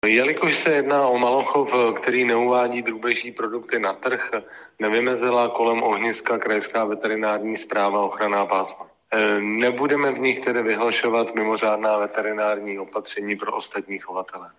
Jelikož se jedná o malochov, který neuvádí drůbeží produkty na trh, nevymezila kolem ohniska Krajská veterinární správa ochranná pásma. Nebudeme v nich tedy vyhlašovat mimořádná veterinární opatření pro ostatní chovatele.